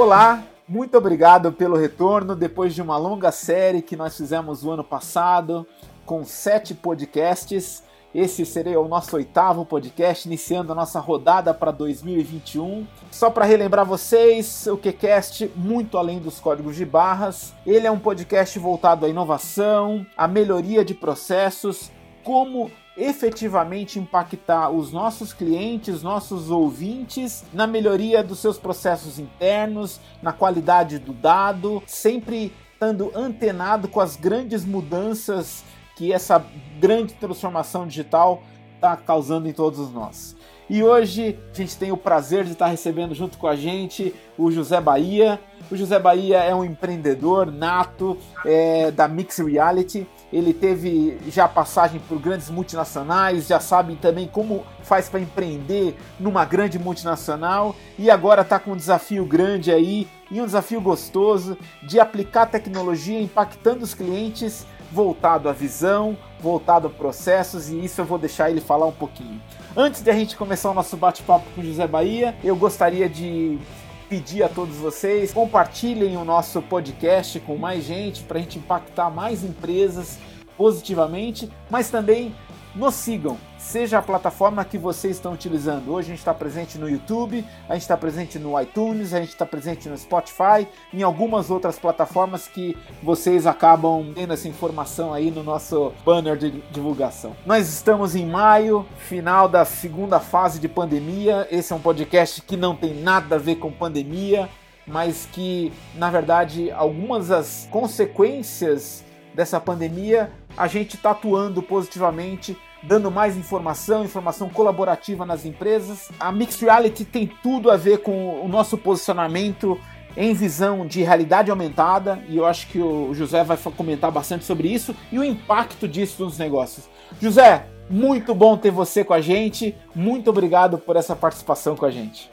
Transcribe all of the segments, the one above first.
Olá, muito obrigado pelo retorno depois de uma longa série que nós fizemos o ano passado com 7 podcasts. Esse seria o nosso 8º podcast, iniciando a nossa rodada para 2021. Só para relembrar vocês, o QCast, muito além dos códigos de barras, ele é um podcast voltado à inovação, à melhoria de processos, como efetivamente impactar os nossos clientes, nossos ouvintes, na melhoria dos seus processos internos, na qualidade do dado, sempre estando antenado com as grandes mudanças que essa grande transformação digital está causando em todos nós. E hoje a gente tem o prazer de estar recebendo junto com a gente o José Bahia. O José Bahia é um empreendedor nato da Mixed Reality. Ele teve já passagem por grandes multinacionais, já sabe também como faz para empreender numa grande multinacional e agora está com um desafio grande aí e um desafio gostoso de aplicar tecnologia impactando os clientes, voltado à visão, voltado a processos, e isso eu vou deixar ele falar um pouquinho. Antes de a gente começar o nosso bate-papo com o José Bahia, eu gostaria de pedir a todos vocês, compartilhem o nosso podcast com mais gente, para a gente impactar mais empresas positivamente, mas também nos sigam, seja a plataforma que vocês estão utilizando. Hoje a gente está presente no YouTube, a gente está presente no iTunes, a gente está presente no Spotify, em algumas outras plataformas que vocês acabam tendo essa informação aí no nosso banner de divulgação. Nós estamos em maio, final da segunda fase de pandemia. Esse é um podcast que não tem nada a ver com pandemia, mas que, na verdade, algumas das consequências dessa pandemia a gente está atuando positivamente, dando mais informação colaborativa nas empresas. A Mixed Reality tem tudo a ver com o nosso posicionamento em visão de realidade aumentada, e eu acho que o José vai comentar bastante sobre isso e o impacto disso nos negócios. José, muito bom ter você com a gente, muito obrigado por essa participação com a gente.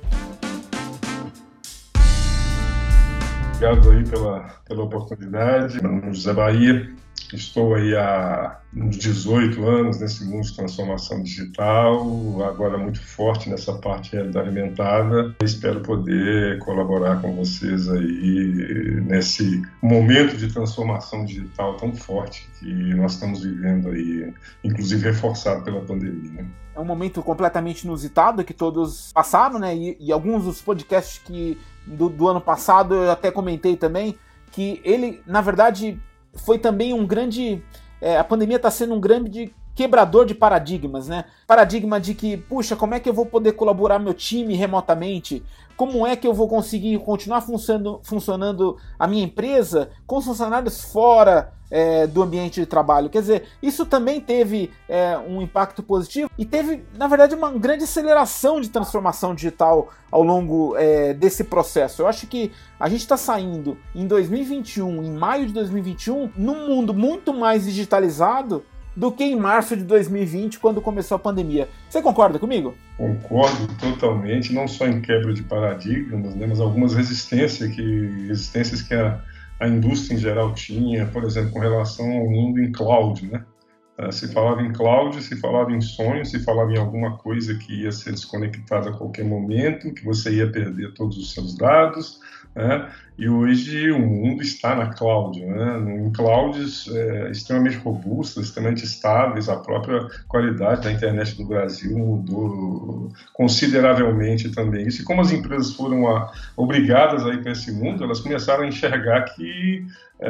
Obrigado aí pela oportunidade. Meu nome é José Bahia, estou aí há uns 18 anos nesse mundo de transformação digital, agora muito forte nessa parte de realidade aumentada. Espero poder colaborar com vocês aí nesse momento de transformação digital tão forte que nós estamos vivendo aí, inclusive reforçado pela pandemia, né? É um momento completamente inusitado que todos passaram, né? E alguns dos podcasts do ano passado eu até comentei também que ele, na verdade, foi também um grande... a pandemia está sendo um grande quebrador de paradigmas, né? Paradigma de que, puxa, como é que eu vou poder colaborar meu time remotamente? Como é que eu vou conseguir continuar funcionando a minha empresa com os funcionários fora do ambiente de trabalho? Quer dizer, isso também teve um impacto positivo e teve, na verdade, uma grande aceleração de transformação digital ao longo desse processo. Eu acho que a gente está saindo em 2021, em maio de 2021, num mundo muito mais digitalizado do que em março de 2020, quando começou a pandemia. Você concorda comigo? Concordo totalmente, não só em quebra de paradigmas, né, mas algumas resistências que a indústria em geral tinha, por exemplo, com relação ao mundo em cloud, né? Se falava em cloud, se falava em sonho, se falava em alguma coisa que ia ser desconectada a qualquer momento, que você ia perder todos os seus dados, né? E hoje o mundo está na cloud, né? Em clouds extremamente robustas, extremamente estáveis. A própria qualidade da internet do Brasil mudou consideravelmente também. Isso, e como as empresas foram obrigadas a ir para esse mundo, elas começaram a enxergar que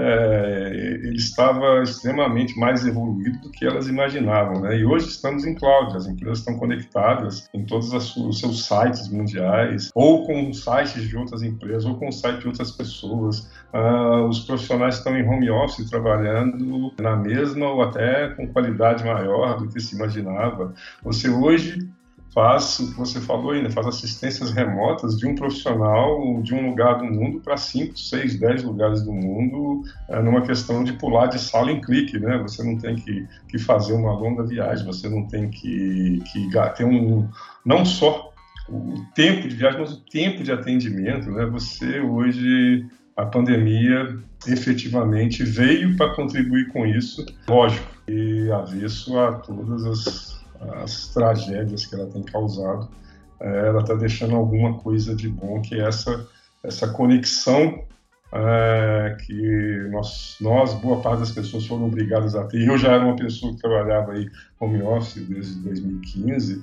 ele estava extremamente mais evoluído do que elas imaginavam, né? E hoje estamos em cloud, as empresas estão conectadas em todos os seus sites mundiais, ou com sites de outras empresas, ou com sites de outras pessoas. Os profissionais estão em home office trabalhando na mesma ou até com qualidade maior do que se imaginava. Você hoje faz o que você falou ainda, faz assistências remotas de um profissional de um lugar do mundo para 5, 6, 10 lugares do mundo, numa questão de pular de sala em clique, né? Você não tem que fazer uma longa viagem, você não tem que ter não só o tempo de viagem, mas o tempo de atendimento, né? Você hoje, a pandemia efetivamente veio para contribuir com isso, lógico, e avesso a todas as tragédias que ela tem causado, ela está deixando alguma coisa de bom, que é essa essa conexão que nós, boa parte das pessoas foram obrigadas a ter. Eu já era uma pessoa que trabalhava aí home office desde 2015,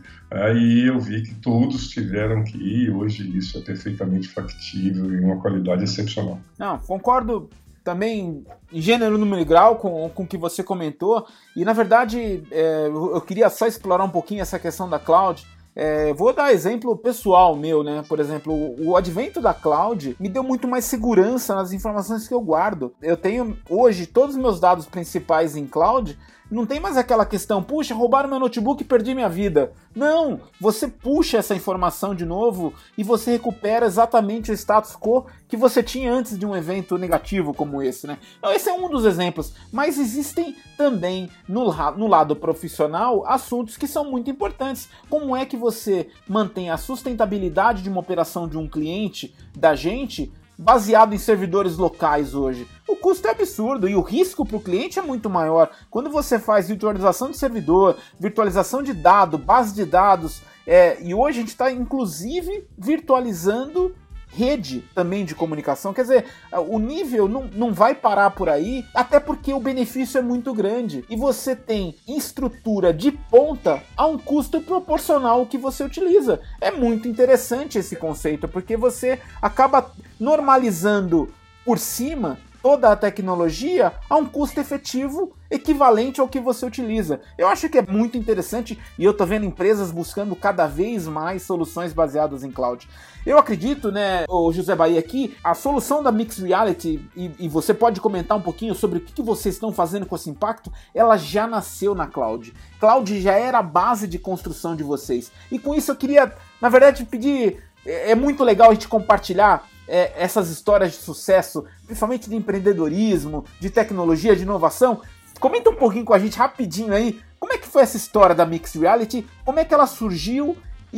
e eu vi que todos tiveram que ir, hoje isso é perfeitamente factível e uma qualidade excepcional. Não, concordo também em gênero, número e grau com o que você comentou, e na verdade eu queria só explorar um pouquinho essa questão da cloud. Vou dar exemplo pessoal meu, né? Por exemplo, o advento da cloud me deu muito mais segurança nas informações que eu guardo. Eu tenho hoje todos os meus dados principais em cloud. Não tem mais aquela questão, puxa, roubaram meu notebook e perdi minha vida. Não, você puxa essa informação de novo e você recupera exatamente o status quo que você tinha antes de um evento negativo como esse, né? Então esse é um dos exemplos, mas existem também no lado profissional assuntos que são muito importantes. Como é que você mantém a sustentabilidade de uma operação de um cliente, da gente, baseado em servidores locais hoje? O custo é absurdo e o risco para o cliente é muito maior. Quando você faz virtualização de servidor, virtualização de dados, base de dados, e hoje a gente está inclusive virtualizando rede também de comunicação, quer dizer, o nível não vai parar por aí, até porque o benefício é muito grande e você tem estrutura de ponta a um custo proporcional ao que você utiliza. É muito interessante esse conceito, porque você acaba normalizando por cima toda a tecnologia a um custo efetivo equivalente ao que você utiliza. Eu acho que é muito interessante e eu tô vendo empresas buscando cada vez mais soluções baseadas em cloud. Eu acredito, né, o José Bahia aqui, a solução da Mixed Reality, e você pode comentar um pouquinho sobre o que vocês estão fazendo com esse impacto, ela já nasceu na cloud. Cloud já era a base de construção de vocês. E com isso eu queria, na verdade, pedir, é muito legal a gente compartilhar essas histórias de sucesso, principalmente de empreendedorismo, de tecnologia, de inovação. Comenta um pouquinho com a gente rapidinho aí, como é que foi essa história da Mixed Reality, como é que ela surgiu,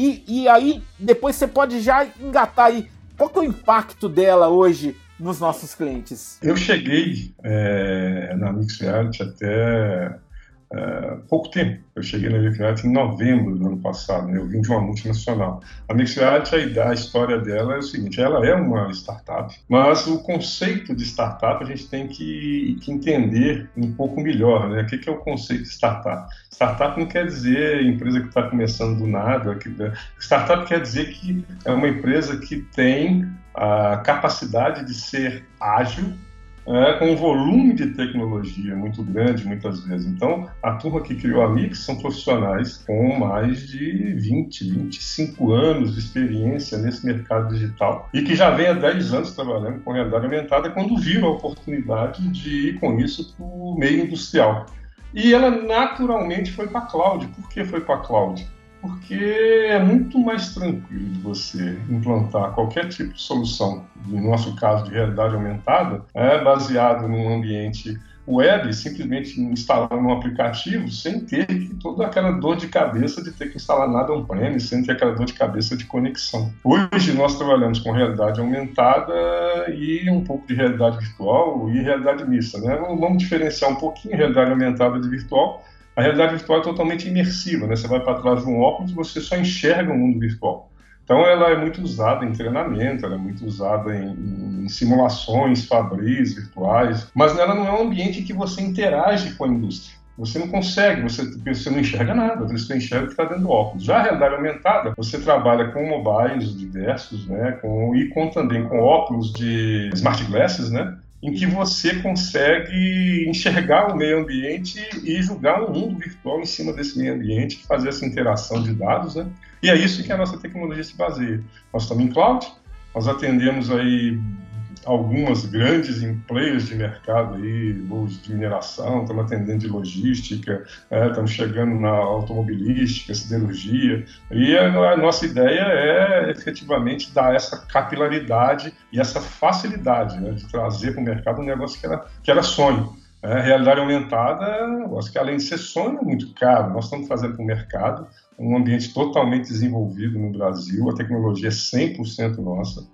e aí depois você pode já engatar aí, qual que é o impacto dela hoje nos nossos clientes? Eu cheguei na Mixed Reality até pouco tempo. Eu cheguei na Mixed Reality em novembro do ano passado, né? Eu vim de uma multinacional. A Mixed Reality, a história dela é o seguinte, ela é uma startup, mas o conceito de startup a gente tem que entender um pouco melhor, né? O que é o conceito de startup? Startup não quer dizer empresa que está começando do nada. Startup quer dizer que é uma empresa que tem a capacidade de ser ágil, com um volume de tecnologia muito grande, muitas vezes. Então, a turma que criou a Mix são profissionais com mais de 20, 25 anos de experiência nesse mercado digital e que já vem há 10 anos trabalhando com realidade aumentada quando viram a oportunidade de ir com isso para o meio industrial. E ela naturalmente foi para a cloud. Por que foi para a cloud? Porque é muito mais tranquilo de você implantar qualquer tipo de solução, no nosso caso de realidade aumentada, baseado num ambiente web, simplesmente instalando um aplicativo sem ter toda aquela dor de cabeça de ter que instalar nada on-premise, sem ter aquela dor de cabeça de conexão. Hoje nós trabalhamos com realidade aumentada e um pouco de realidade virtual e realidade mista, né? Vamos diferenciar um pouquinho realidade aumentada de virtual. A realidade virtual é totalmente imersiva, né? Você vai para trás de um óculos e você só enxerga o mundo virtual. Então ela é muito usada em treinamento, ela é muito usada em simulações fabris virtuais, mas ela não é um ambiente em que você interage com a indústria. Você não consegue, você não enxerga nada, você enxerga o que está dentro do óculos. Já a realidade aumentada, você trabalha com mobiles diversos, né? Também com óculos de smart glasses, né? Em que você consegue enxergar o meio ambiente e julgar um mundo virtual em cima desse meio ambiente, fazer essa interação de dados, né? E é isso que a nossa tecnologia se baseia. Nós estamos em cloud, nós atendemos aí algumas grandes players de mercado aí, de mineração, estamos atendendo de logística, estamos chegando na automobilística, siderurgia, e a nossa ideia é efetivamente dar essa capilaridade e essa facilidade, né, de trazer para o mercado um negócio que era sonho. Realidade aumentada, eu acho que além de ser sonho, é muito caro. Nós estamos trazendo para o mercado um ambiente totalmente desenvolvido no Brasil, a tecnologia é 100% nossa,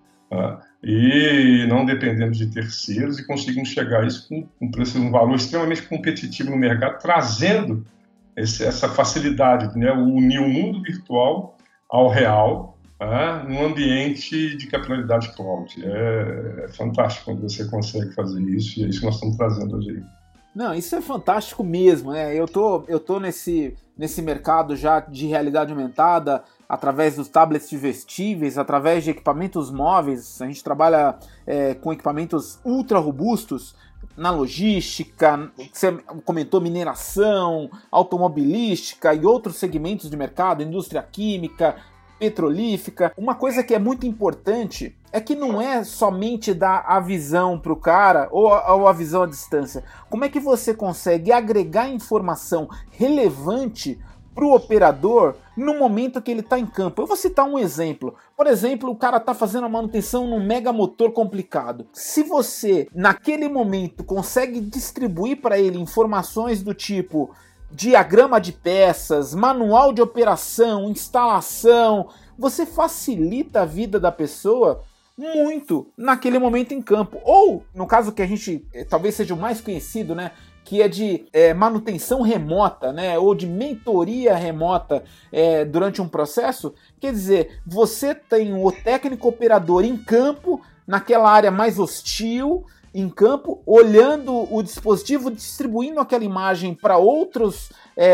e não dependemos de terceiros e conseguimos chegar a isso com um valor extremamente competitivo no mercado, trazendo essa facilidade, né, unir o mundo virtual ao real, num ambiente de capilaridade cloud. É fantástico quando você consegue fazer isso, e é isso que nós estamos trazendo hoje. Não, isso é fantástico mesmo, né? Eu tô nesse mercado já de realidade aumentada, através dos tablets vestíveis, através de equipamentos móveis. A gente trabalha com equipamentos ultra robustos na logística, você comentou mineração, automobilística e outros segmentos de mercado, indústria química, petrolífica. Uma coisa que é muito importante é que não é somente dar a visão para o cara ou a visão à distância. Como é que você consegue agregar informação relevante para o operador no momento que ele está em campo? Eu vou citar um exemplo. Por exemplo, o cara está fazendo a manutenção num mega motor complicado. Se você, naquele momento, consegue distribuir para ele informações do tipo diagrama de peças, manual de operação, instalação, você facilita a vida da pessoa muito naquele momento em campo. Ou, no caso que a gente talvez seja o mais conhecido, né, que é de manutenção remota, né, ou de mentoria remota durante um processo. Quer dizer, você tem o técnico operador em campo, naquela área mais hostil, em campo, olhando o dispositivo, distribuindo aquela imagem para outros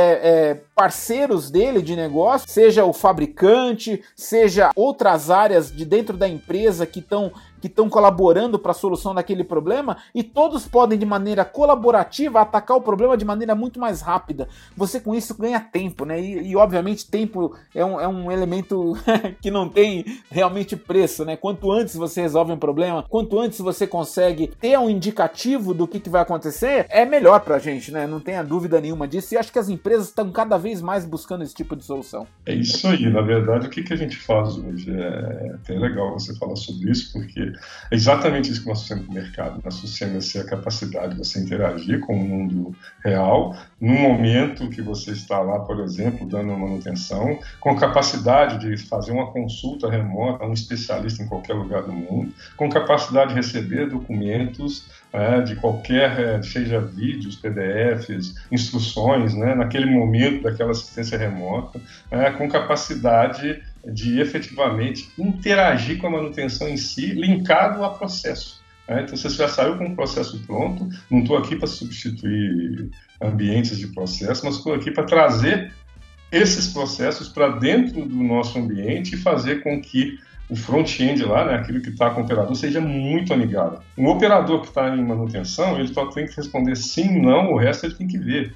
parceiros dele de negócio, seja o fabricante, seja outras áreas de dentro da empresa que estão colaborando para a solução daquele problema, e todos podem de maneira colaborativa atacar o problema de maneira muito mais rápida. Você com isso ganha tempo, né? E obviamente tempo é um elemento que não tem realmente preço, né? Quanto antes você resolve um problema, quanto antes você consegue ter um indicativo do que vai acontecer, é melhor pra gente, né? Não tenha dúvida nenhuma disso, e acho que as empresas estão cada vez mais buscando esse tipo de solução. É isso aí, na verdade, o que a gente faz hoje? É até legal você falar sobre isso, porque é exatamente isso que nós associamos com o mercado. Nós associamos a capacidade de você interagir com o mundo real, no momento que você está lá, por exemplo, dando uma manutenção, com a capacidade de fazer uma consulta remota a um especialista em qualquer lugar do mundo, com capacidade de receber documentos de qualquer, seja vídeos, PDFs, instruções, né, naquele momento daquela assistência remota, com capacidade de efetivamente interagir com a manutenção em si, linkado a processo. Então, você já saiu com o processo pronto, não estou aqui para substituir ambientes de processo, mas estou aqui para trazer esses processos para dentro do nosso ambiente e fazer com que o front-end lá, né, aquilo que está com o operador, seja muito amigável. Um operador que está em manutenção, ele só tem que responder sim, não, o resto ele tem que ver.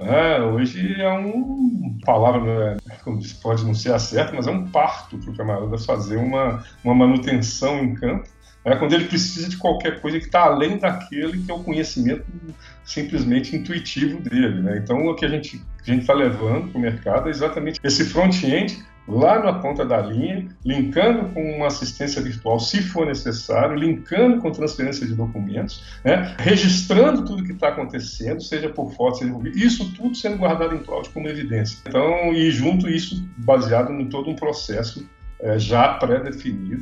Hoje é uma palavra, como disse, pode não ser a certa, mas é um parto para o camarada fazer uma manutenção em campo, quando ele precisa de qualquer coisa que está além daquele que é o conhecimento simplesmente intuitivo dele, né? Então, o que a gente está levando para o mercado é exatamente esse front-end lá na ponta da linha, linkando com uma assistência virtual, se for necessário, linkando com transferência de documentos, né? Registrando tudo que está acontecendo, seja por foto, seja por vídeo, isso tudo sendo guardado em cloud como evidência. Então, e junto isso baseado em todo um processo já pré-definido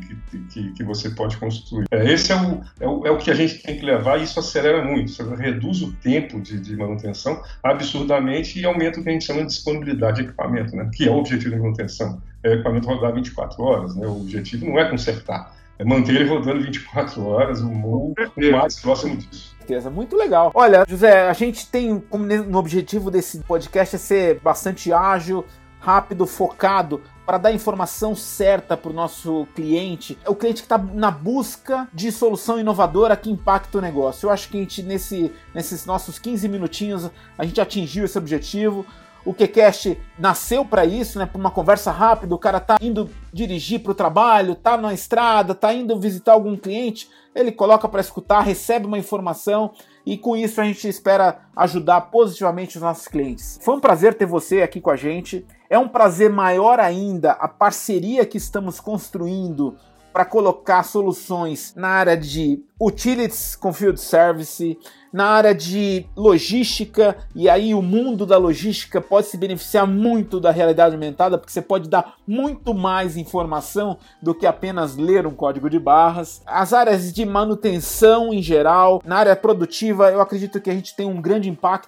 que você pode construir. Esse é o que a gente tem que levar, e isso acelera muito, isso reduz o tempo de manutenção absurdamente e aumenta o que a gente chama de disponibilidade de equipamento, né? Que é o objetivo da manutenção, o equipamento rodar 24 horas, né? O objetivo não é consertar, é manter ele rodando 24 horas, o mais próximo disso. Muito legal. Olha, José, a gente tem como no objetivo desse podcast é ser bastante ágil, rápido, focado, para dar a informação certa para o nosso cliente. É o cliente que está na busca de solução inovadora que impacta o negócio. Eu acho que a gente, nesses nossos 15 minutinhos, a gente atingiu esse objetivo. O QCast nasceu para isso, né? Para uma conversa rápida, o cara tá indo dirigir para o trabalho, tá na estrada, tá indo visitar algum cliente, ele coloca para escutar, recebe uma informação, e com isso a gente espera ajudar positivamente os nossos clientes. Foi um prazer ter você aqui com a gente. É um prazer maior ainda a parceria que estamos construindo para colocar soluções na área de utilities com field service, na área de logística, e aí o mundo da logística pode se beneficiar muito da realidade aumentada, porque você pode dar muito mais informação do que apenas ler um código de barras. As áreas de manutenção em geral, na área produtiva, eu acredito que a gente tem um grande impacto,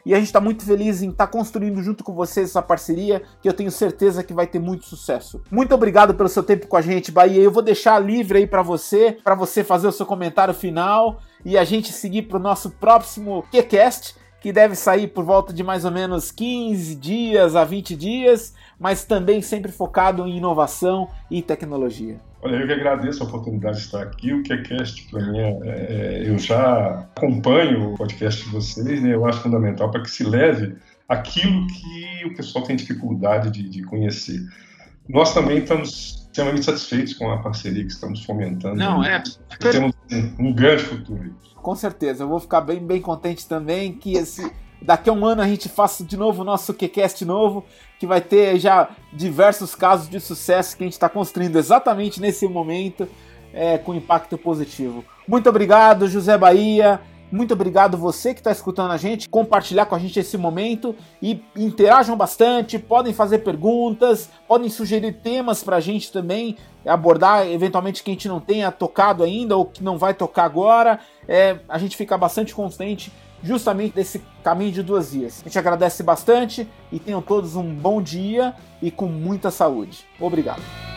e a gente está muito feliz em estar construindo junto com vocês essa parceria, que eu tenho certeza que vai ter muito sucesso. Muito obrigado pelo seu tempo com a gente, Bahia. Eu vou deixar livre aí para você fazer o seu comentário final e a gente seguir para o nosso próximo QCast, que deve sair por volta de mais ou menos 15 dias a 20 dias, mas também sempre focado em inovação e tecnologia. Olha, eu que agradeço a oportunidade de estar aqui. O QCast, para mim, eu já acompanho o podcast de vocês, né? Eu acho fundamental para que se leve aquilo que o pessoal tem dificuldade de conhecer. Nós também estamos extremamente satisfeitos com a parceria que estamos fomentando. Temos um grande futuro. Com certeza, eu vou ficar bem contente também que daqui a um ano a gente faça de novo o nosso QCast novo, que vai ter já diversos casos de sucesso que a gente está construindo exatamente nesse momento, com impacto positivo. Muito obrigado, José Bahia. Muito obrigado você que está escutando a gente, compartilhar com a gente esse momento e interajam bastante, podem fazer perguntas, podem sugerir temas para a gente também abordar, eventualmente que a gente não tenha tocado ainda ou que não vai tocar agora. A gente fica bastante contente justamente desse caminho de 2 vias. A gente agradece bastante e tenham todos um bom dia e com muita saúde. Obrigado.